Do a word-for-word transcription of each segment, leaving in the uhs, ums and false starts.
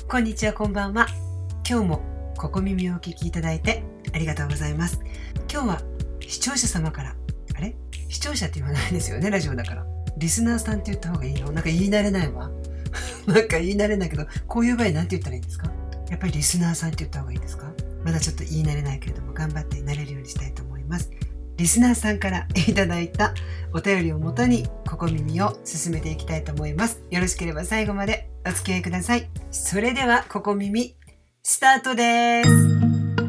こんにちは、こんばんは。今日もここ耳をお聞きいただいてありがとうございます。今日は視聴者様から、あれ視聴者って言わないですよね、ラジオだから。リスナーさんって言った方がいいの？なんか言い慣れないわ。なんか言い慣れないけど、こういう場合なんて言ったらいいんですか？やっぱりリスナーさんって言った方がいいですか？まだちょっと言い慣れないけれども、頑張って慣れるようにしたいと思います。リスナーさんからいただいたお便りをもとにここ耳を進めていきたいと思います。よろしければ最後までお付き合いください。それではここ耳スタートです。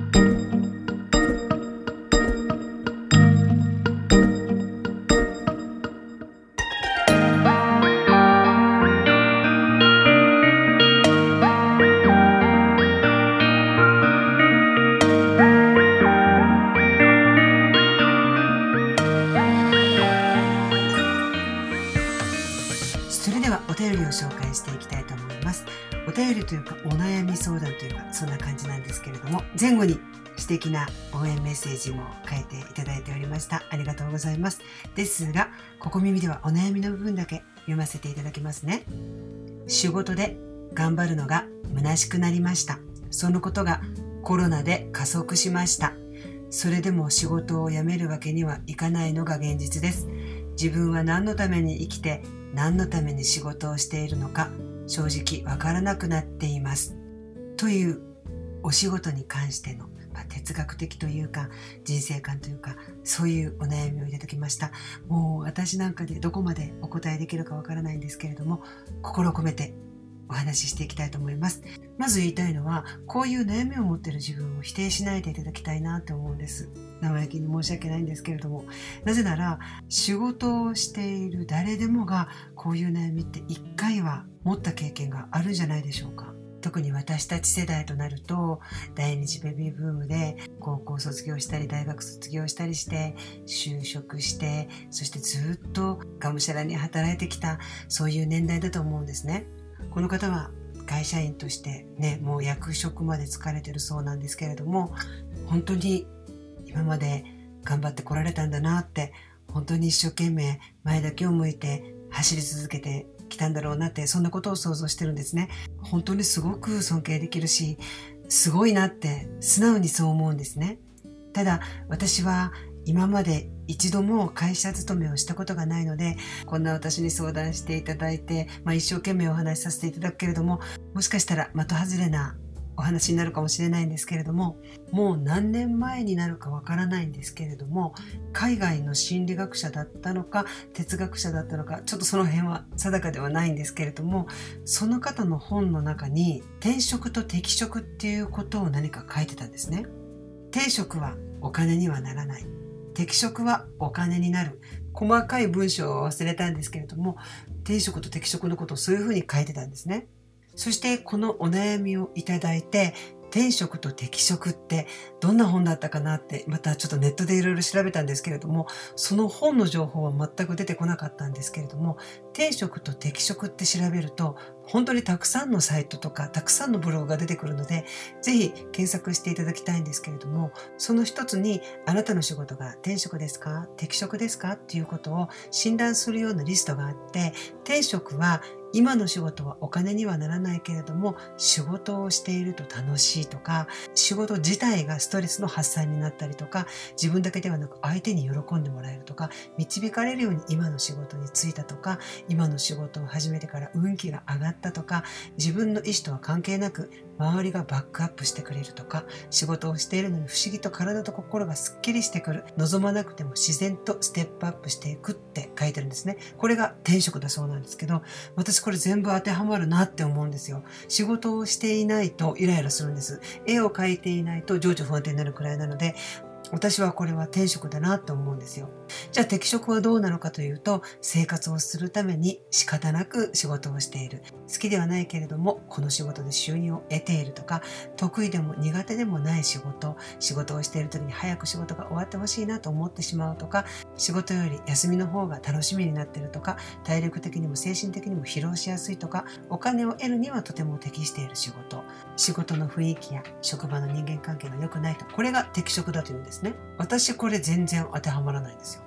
それではお便りを紹介していきたいと思います。お便りというかお悩み相談というかそんな感じなんですけれども、前後に素敵な応援メッセージも書いていただいておりました。ありがとうございます。ですが、ここ耳ではお悩みの部分だけ読ませていただきますね。仕事で頑張るのが虚しくなりました。そのことがコロナで加速しました。それでも仕事を辞めるわけにはいかないのが現実です。自分は何のために生きて何のために仕事をしているのか正直わからなくなっていますというお仕事に関しての、まあ、哲学的というか人生観というかそういうお悩みをいただきました。もう私なんかでどこまでお答えできるかわからないんですけれども、心を込めてお話ししていきたいと思います。まず言いたいのは、こういう悩みを持っている自分を否定しないでいただきたいなと思うんです。生意気に申し訳ないんですけれども、なぜなら仕事をしている誰でもがこういう悩みって一回は持った経験があるんじゃないでしょうか。特に私たち世代となると、第二次ベビーブームで高校卒業したり大学卒業したりして就職して、そしてずっとがむしゃらに働いてきた、そういう年代だと思うんですね。この方は会社員としてね、もう役職まで疲れてるそうなんですけれども、本当に今まで頑張ってこられたんだなって、本当に一生懸命前だけを向いて走り続けてきたんだろうなって、そんなことを想像してるんですね。本当にすごく尊敬できるし、すごいなって素直にそう思うんですね。ただ私は今まで一度も会社勤めをしたことがないので、こんな私に相談していただいて、まあ、一生懸命お話しさせていただくけれども、もしかしたら的外れなお話になるかもしれないんですけれども、もう何年前になるかわからないんですけれども、海外の心理学者だったのか哲学者だったのか、ちょっとその辺は定かではないんですけれども、その方の本の中に転職と適職っていうことを何か書いてたんですね。転職はお金にはならない、適職はお金になる。細かい文章を忘れたんですけれども、転職と適職のことをそういうふうに書いてたんですね。そしてこのお悩みをいただいて、転職と適職ってどんな本だったかなって、またちょっとネットでいろいろ調べたんですけれども、その本の情報は全く出てこなかったんですけれども、転職と適職って調べると本当にたくさんのサイトとかたくさんのブログが出てくるので、ぜひ検索していただきたいんですけれども、その一つにあなたの仕事が転職ですか適職ですかっていうことを診断するようなリストがあって、転職は今の仕事はお金にはならないけれども仕事をしていると楽しいとか、仕事自体がストレスの発散になったりとか、自分だけではなく相手に喜んでもらえるとか、導かれるように今の仕事に就いたとか、今の仕事を始めてから運気が上がったとか、自分の意思とは関係なく周りがバックアップしてくれるとか、仕事をしているのに不思議と体と心がすっきりしてくる、望まなくても自然とステップアップしていくって書いてるんですね。これが転職だそうなんですけど、私これ全部当てはまるなって思うんですよ。仕事をしていないとイライラするんです。絵を描いていないと情緒不安定になるくらいなので、私はこれは転職だなと思うんですよ。じゃあ適職はどうなのかというと、生活をするために仕方なく仕事をしている。好きではないけれどもこの仕事で収入を得ているとか、得意でも苦手でもない仕事、仕事をしている時に早く仕事が終わってほしいなと思ってしまうとか、仕事より休みの方が楽しみになっているとか、体力的にも精神的にも疲労しやすいとか、お金を得るにはとても適している仕事、仕事の雰囲気や職場の人間関係が良くないと、これが適職だというんですね。私これ全然当てはまらないんですよ。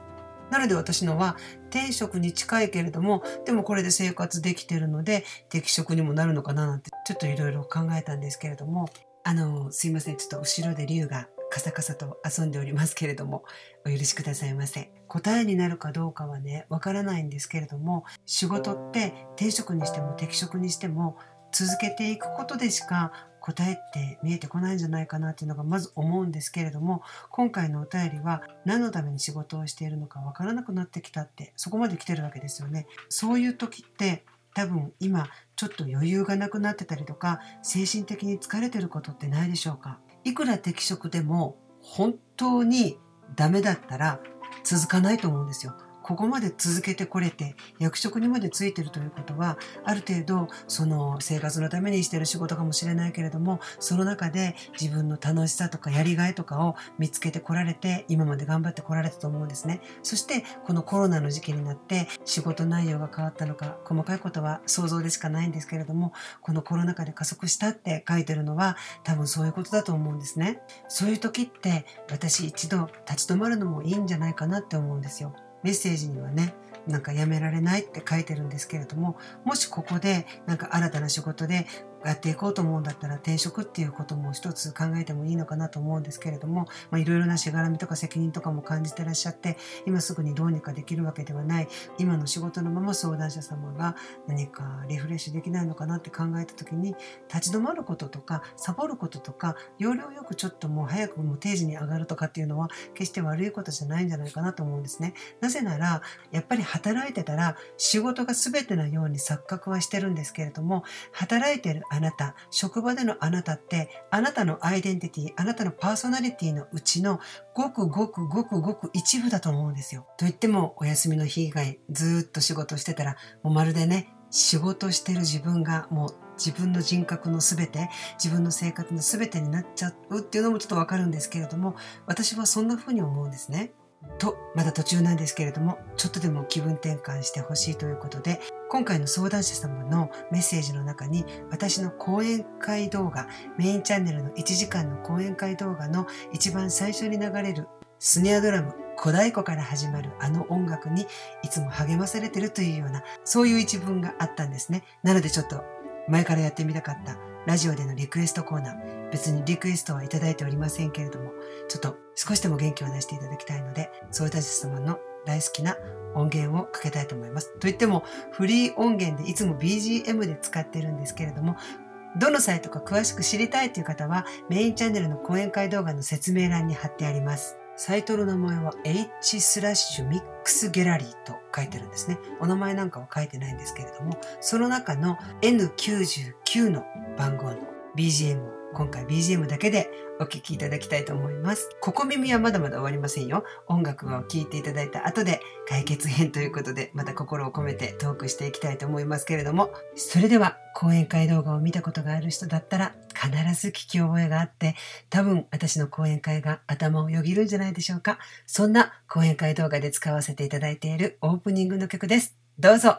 なので私のは天職に近いけれども、でもこれで生活できてるので適職にもなるのかななんてちょっといろいろ考えたんですけれども、あのすいません、ちょっと後ろで龍がカサカサと遊んでおりますけれども、お許しくださいませ。答えになるかどうかはね、わからないんですけれども、仕事って転職にしても適職にしても続けていくことでしか答えって見えてこないんじゃないかなっていうのがまず思うんですけれども、今回のお便りは何のために仕事をしているのかわからなくなってきたって、そこまで来てるわけですよね。そういう時って多分今ちょっと余裕がなくなってたりとか、精神的に疲れてることってないでしょうか。いくら適職でも本当にダメだったら続かないと思うんですよ。ここまで続けてこれて役職にまでついてるということは、ある程度その生活のためにしてる仕事かもしれないけれども、その中で自分の楽しさとかやりがいとかを見つけてこられて、今まで頑張ってこられたと思うんですね。そしてこのコロナの時期になって仕事内容が変わったのか、細かいことは想像でしかないんですけれども、このコロナ禍で加速したって書いてるのは多分そういうことだと思うんですね。そういう時って私一度立ち止まるのもいいんじゃないかなって思うんですよ。メッセージにはね、なんかやめられないって書いてるんですけれども、もしここでなんか新たな仕事でやっていこうと思うんだったら転職っていうことも一つ考えてもいいのかなと思うんですけれども、まあ、いろいろなしがらみとか責任とかも感じてらっしゃって、今すぐにどうにかできるわけではない、今の仕事のまま相談者様が何かリフレッシュできないのかなって考えた時に、立ち止まることとかサボることとか、要領よくちょっともう早くもう定時に上がるとかっていうのは決して悪いことじゃないんじゃないかなと思うんですね。なぜならやっぱり働いてたら仕事が全てのように錯覚はしてるんですけれども、働いてるあなた、職場でのあなたってあなたのアイデンティティ、あなたのパーソナリティのうちのごくごくごくごく一部だと思うんですよ。と言ってもお休みの日以外ずっと仕事してたら、もうまるでね、仕事してる自分がもう自分の人格のすべて、自分の生活のすべてになっちゃうっていうのもちょっとわかるんですけれども、私はそんな風に思うんですね。と、まだ途中なんですけれども、ちょっとでも気分転換してほしいということで、今回の相談者様のメッセージの中に、私の講演会動画、メインチャンネルのいちじかんの講演会動画の一番最初に流れるスネアドラム、小太鼓から始まるあの音楽にいつも励まされてるというような、そういう一文があったんですね。なのでちょっと前からやってみたかったラジオでのリクエストコーナー、別にリクエストはいただいておりませんけれども、ちょっと少しでも元気を出していただきたいので、相談者様の大好きな音源をかけたいと思います。といってもフリー音源でいつも ビージーエム で使ってるんですけれども、どのサイトか詳しく知りたいという方はメインチャンネルの講演会動画の説明欄に貼ってあります。サイトの名前は H スラッシュミックスギャラリーと書いてるんですね。お名前なんかは書いてないんですけれども、その中の エヌきゅうじゅうきゅう の番号の ビージーエム を今回 ビージーエム だけでお聴きいただきたいと思います。ここ耳はまだまだ終わりませんよ。音楽を聴いていただいた後で解決編ということで、また心を込めてトークしていきたいと思いますけれども、それでは講演会動画を見たことがある人だったら必ず聞き覚えがあって、多分私の講演会が頭をよぎるんじゃないでしょうか。そんな講演会動画で使わせていただいているオープニングの曲です。どうぞ。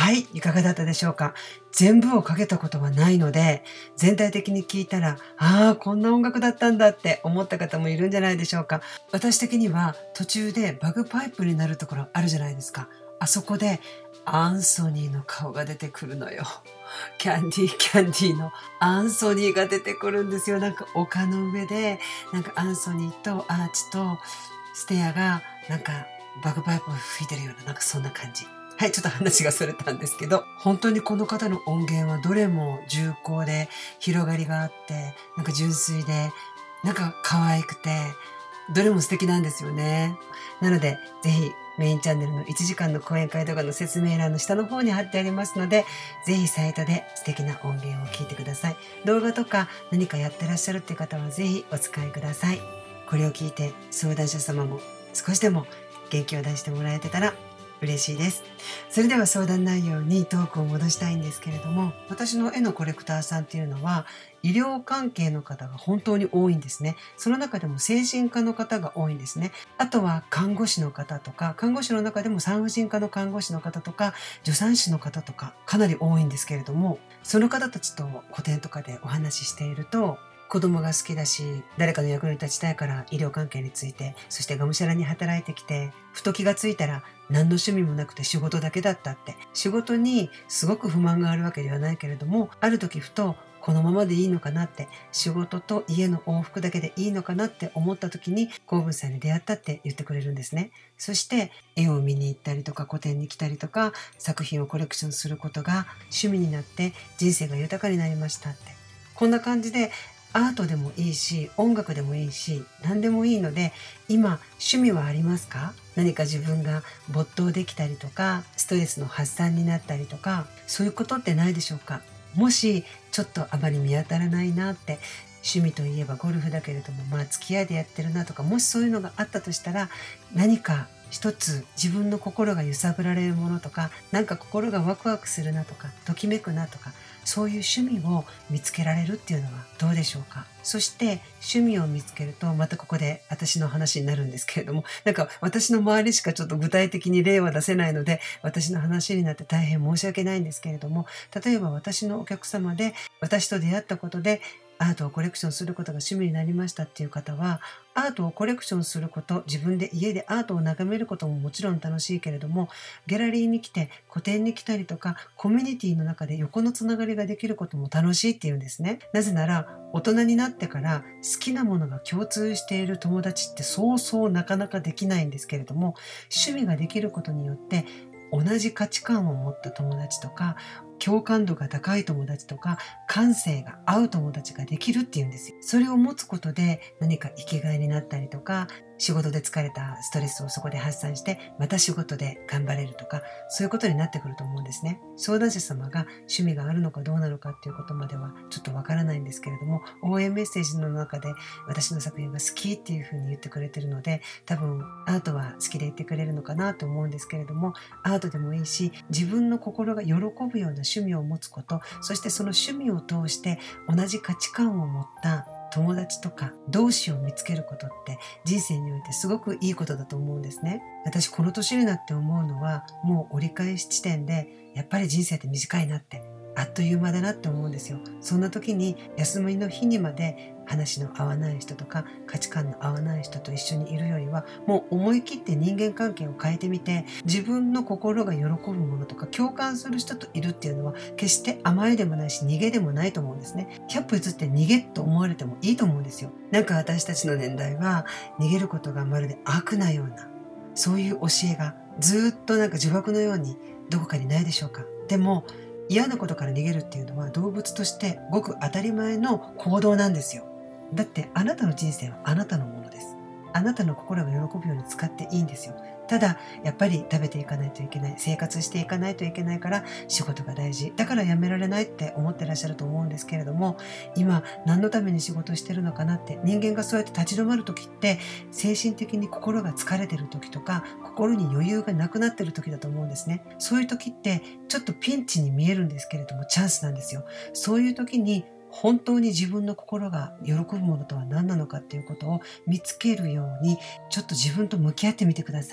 はい、いかがだったでしょうか。全部をかけたことはないので、全体的に聞いたら、ああ、こんな音楽だったんだって思った方もいるんじゃないでしょうか。私的には途中でバグパイプになるところあるじゃないですか。あそこでアンソニーの顔が出てくるのよ。キャンディーキャンディーのアンソニーが出てくるんですよ。なんか丘の上で、なんかアンソニーとアーチとステアがなんかバグパイプを吹いてるような、なんかそんな感じ。はい、ちょっと話がそれたんですけど、本当にこの方の音源はどれも重厚で広がりがあって、なんか純粋で、なんか可愛くて、どれも素敵なんですよね。なので、ぜひメインチャンネルのいちじかんの講演会動画の説明欄の下の方に貼ってありますので、ぜひサイトで素敵な音源を聞いてください。動画とか何かやってらっしゃるっていう方はぜひお使いください。これを聞いて相談者様も少しでも元気を出してもらえてたら嬉しいです。それでは相談内容にトークを戻したいんですけれども、私の絵のコレクターさんっていうのは医療関係の方が本当に多いんですね。その中でも精神科の方が多いんですね。あとは看護師の方とか、看護師の中でも産婦人科の看護師の方とか、助産師の方とかかなり多いんですけれども、その方たちと個展とかでお話ししていると、子供が好きだし、誰かの役に立ちたいから医療関係について、そしてがむしゃらに働いてきて、ふと気がついたら何の趣味もなくて仕事だけだったって。仕事にすごく不満があるわけではないけれども、ある時ふとこのままでいいのかなって、仕事と家の往復だけでいいのかなって思った時に、公文さんに出会ったって言ってくれるんですね。そして絵を見に行ったりとか、個展に来たりとか、作品をコレクションすることが趣味になって人生が豊かになりましたって。こんな感じでアートでもいいし、音楽でもいいし、何でもいいので、今趣味はありますか？何か自分が没頭できたりとか、ストレスの発散になったりとか、そういうことってないでしょうか？もしちょっとあまり見当たらないなって、趣味といえばゴルフだけれども、まあ付き合いでやってるなとか、もしそういうのがあったとしたら、何か一つ自分の心が揺さぶられるものとか、なんか心がワクワクするなとか、ときめくなとか、そういう趣味を見つけられるっていうのはどうでしょうか。そして趣味を見つけると、またここで私の話になるんですけれども、なんか私の周りしかちょっと具体的に例は出せないので、私の話になって大変申し訳ないんですけれども、例えば私のお客様で私と出会ったことでアートをコレクションすることが趣味になりましたっていう方は、アートをコレクションすること、自分で家でアートを眺めることももちろん楽しいけれども、ギャラリーに来て個展に来たりとか、コミュニティの中で横のつながりができることも楽しいっていうんですね。なぜなら大人になってから好きなものが共通している友達ってそうそうなかなかできないんですけれども、趣味ができることによって同じ価値観を持った友達とか、共感度が高い友達とか、感性が合う友達ができるっていうんですよ。それを持つことで何か生きがいになったりとか、仕事で疲れたストレスをそこで発散して、また仕事で頑張れるとか、そういうことになってくると思うんですね。相談者様が趣味があるのかどうなのかっていうことまではちょっとわからないんですけれども、応援メッセージの中で私の作品が好きっていうふうに言ってくれてるので、多分アートは好きで言ってくれるのかなと思うんですけれども、アートでもいいし、自分の心が喜ぶような趣味を持つこと、そしてその趣味を通して同じ価値観を持った友達とか同志を見つけることって人生においてすごくいいことだと思うんですね。私この年になって思うのは、もう折り返し地点でやっぱり人生って短いなって、あっという間だなって思うんですよ。そんな時に休みの日にまで話の合わない人とか価値観の合わない人と一緒にいるよりは、もう思い切って人間関係を変えてみて、自分の心が喜ぶものとか共感する人といるっていうのは決して甘えでもないし逃げでもないと思うんですね。ひゃっぽ譲って逃げと思われてもいいと思うんですよ。なんか私たちの年代は逃げることがまるで悪なような、そういう教えがずっとなんか呪縛のようにどこかにないでしょうか。でも嫌なことから逃げるっていうのは動物としてごく当たり前の行動なんですよ。だってあなたの人生はあなたのものです。あなたの心が喜ぶように使っていいんですよ。ただやっぱり食べていかないといけない、生活していかないといけないから仕事が大事だからやめられないって思ってらっしゃると思うんですけれども、今何のために仕事してるのかなって、人間がそうやって立ち止まる時って精神的に心が疲れてる時とか、心に余裕がなくなってる時だと思うんですね。そういう時ってちょっとピンチに見えるんですけれどもチャンスなんですよ。そういう時に本当に自分の心が喜ぶものとは何なのかっていうことを見つけるように、ちょっと自分と向き合ってみてください。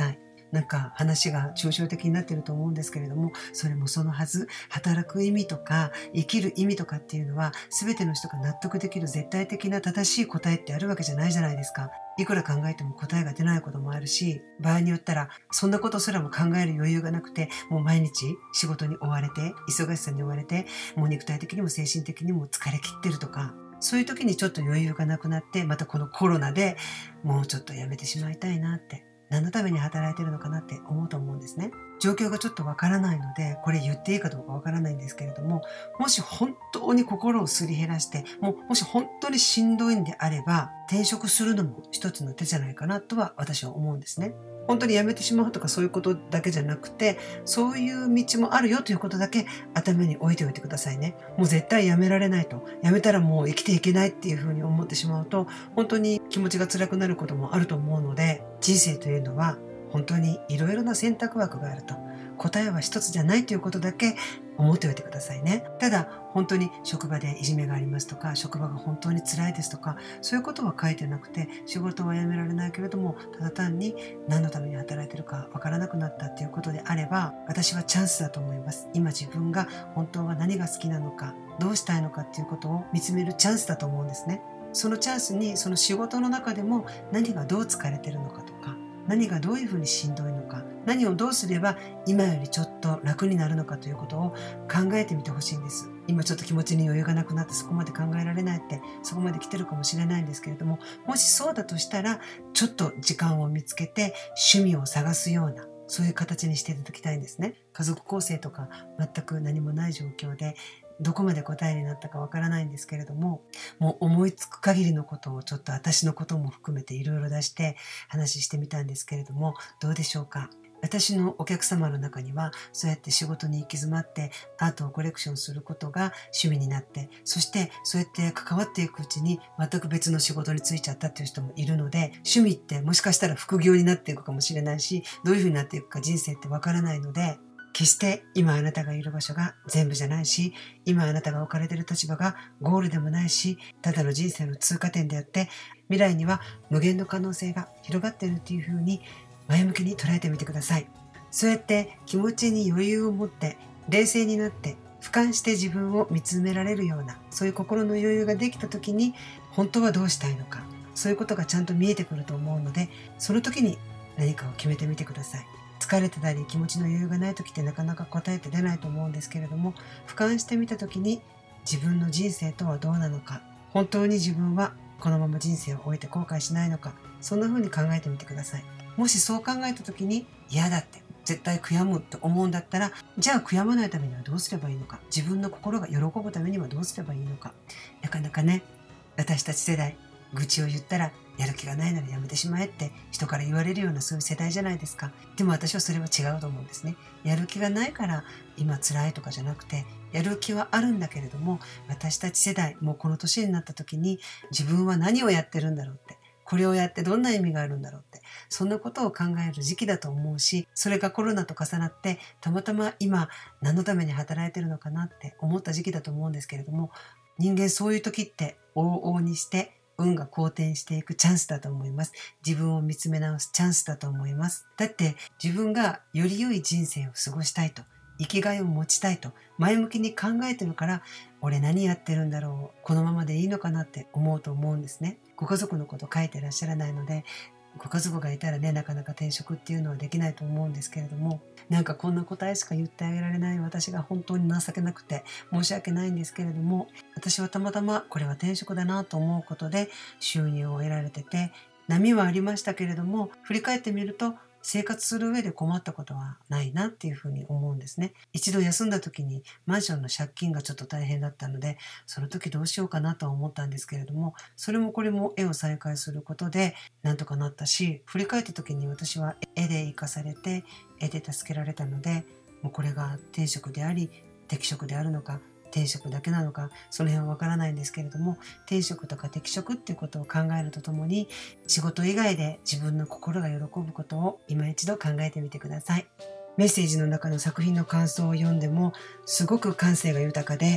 なんか話が抽象的になっていると思うんですけれども、それもそのはず。働く意味とか生きる意味とかっていうのは、全ての人が納得できる絶対的な正しい答えってあるわけじゃないじゃないですか。いくら考えても答えが出ないこともあるし、場合によったらそんなことすらも考える余裕がなくて、もう毎日仕事に追われて、忙しさに追われて、もう肉体的にも精神的にも疲れ切ってるとか、そういう時にちょっと余裕がなくなって、またこのコロナでもうちょっとやめてしまいたいなって、何のために働いてるのかなって思うと思うんですね。状況がちょっとわからないので、これ言っていいかどうかわからないんですけれども、もし本当に心をすり減らして、もうもし本当にしんどいんであれば、転職するのも一つの手じゃないかなとは私は思うんですね。本当に辞めてしまうとかそういうことだけじゃなくて、そういう道もあるよということだけ頭に置いておいてくださいね。もう絶対辞められないと、辞めたらもう生きていけないっていうふうに思ってしまうと、本当に気持ちが辛くなることもあると思うので、人生というのは本当にいろいろな選択枠があると、答えは一つじゃないということだけ思っておいてくださいね。ただ本当に職場でいじめがありますとか、職場が本当に辛いですとか、そういうことは書いてなくて、仕事は辞められないけれども、ただ単に何のために働いてるかわからなくなったっていうことであれば、私はチャンスだと思います。今自分が本当は何が好きなのか、どうしたいのかっていうことを見つめるチャンスだと思うんですね。そのチャンスに、その仕事の中でも何がどう疲れてるのかとか、何がどういうふうにしんどいのか、何をどうすれば今よりちょっと楽になるのかということを考えてみてほしいんです。今ちょっと気持ちに余裕がなくなってそこまで考えられないって、そこまで来てるかもしれないんですけれども、もしそうだとしたら、ちょっと時間を見つけて趣味を探すような、そういう形にしていただきたいんですね。家族構成とか全く何もない状況で、どこまで答えになったかわからないんですけれども、もう思いつく限りのことをちょっと私のことも含めていろいろ出して話してみたんですけれども、どうでしょうか。私のお客様の中には、そうやって仕事に行き詰まってアートをコレクションすることが趣味になって、そしてそうやって関わっていくうちに全く別の仕事に就いちゃったっていう人もいるので、趣味ってもしかしたら副業になっていくかもしれないし、どういうふうになっていくか人生ってわからないので、決して今あなたがいる場所が全部じゃないし、今あなたが置かれている立場がゴールでもないし、ただの人生の通過点であって、未来には無限の可能性が広がっているというふうに前向きに捉えてみてください。そうやって気持ちに余裕を持って冷静になって俯瞰して自分を見つめられるような、そういう心の余裕ができた時に、本当はどうしたいのか、そういうことがちゃんと見えてくると思うので、その時に何かを決めてみてください。疲れてたり気持ちの余裕がない時ってなかなか答えて出ないと思うんですけれども、俯瞰してみた時に自分の人生とはどうなのか、本当に自分はこのまま人生を終えて後悔しないのか、そんな風に考えてみてください。もしそう考えた時に嫌だって、絶対悔やむって思うんだったら、じゃあ悔やまないためにはどうすればいいのか、自分の心が喜ぶためにはどうすればいいのか。なかなかね、私たち世代、愚痴を言ったらやる気がないならやめてしまえって人から言われるような、そういう世代じゃないですか。でも私はそれは違うと思うんですね。やる気がないから今辛いとかじゃなくて、やる気はあるんだけれども、私たち世代、もうこの年になった時に自分は何をやってるんだろうって、これをやってどんな意味があるんだろうって、そんなことを考える時期だと思うし、それがコロナと重なってたまたま今何のために働いてるのかなって思った時期だと思うんですけれども、人間そういう時って往々にして運が好転していくチャンスだと思います。自分を見つめ直すチャンスだと思います。だって自分がより良い人生を過ごしたいと、生きがいを持ちたいと前向きに考えてるから、俺何やってるんだろう、このままでいいのかなって思うと思うんですね。ご家族のこと書いてらっしゃらないので、ご家族がいたらね、なかなか転職っていうのはできないと思うんですけれども、なんかこんな答えしか言ってあげられない私が本当に情けなくて申し訳ないんですけれども、私はたまたまこれは転職だなと思うことで収入を得られてて、波はありましたけれども、振り返ってみると生活する上で困ったことはないなっていうふうに思うんですね。一度休んだ時にマンションの借金がちょっと大変だったので、その時どうしようかなとは思ったんですけれども、それもこれも絵を再開することでなんとかなったし、振り返った時に私は絵で生かされて、絵で助けられたので、もうこれが転職であり適職であるのか、転職だけなのか、その辺はわからないんですけれども、転職とか適職っていうことを考えるとともに、仕事以外で自分の心が喜ぶことを今一度考えてみてください。メッセージの中の作品の感想を読んでもすごく感性が豊かで、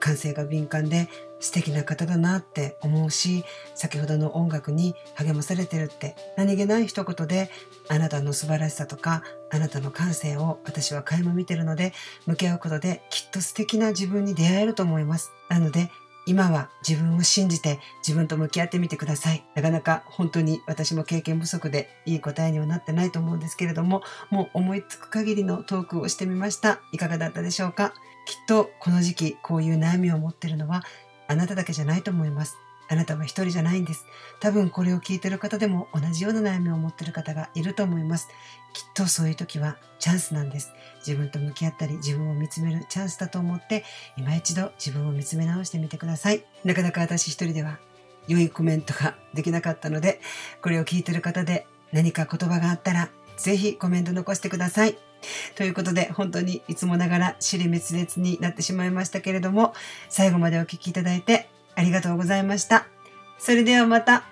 感性が敏感で素敵な方だなって思うし、先ほどの音楽に励まされてるって何気ない一言であなたの素晴らしさとかあなたの感性を私は垣間見てるので、向き合うことできっと素敵な自分に出会えると思います。なので今は自分を信じて自分と向き合ってみてください。なかなか本当に私も経験不足でいい答えにはなってないと思うんですけれども、もう思いつく限りのトークをしてみました。いかがだったでしょうか。きっとこの時期こういう悩みを持っているのはあなただけじゃないと思います。あなたは一人じゃないんです。多分これを聞いている方でも同じような悩みを持っている方がいると思います。きっとそういう時はチャンスなんです。自分と向き合ったり自分を見つめるチャンスだと思って今一度自分を見つめ直してみてください。なかなか私一人では良いコメントができなかったので、これを聞いている方で何か言葉があったらぜひコメント残してください。ということで本当にいつもながら支離滅裂になってしまいましたけれども、最後までお聞きいただいてありがとうございました。それではまた。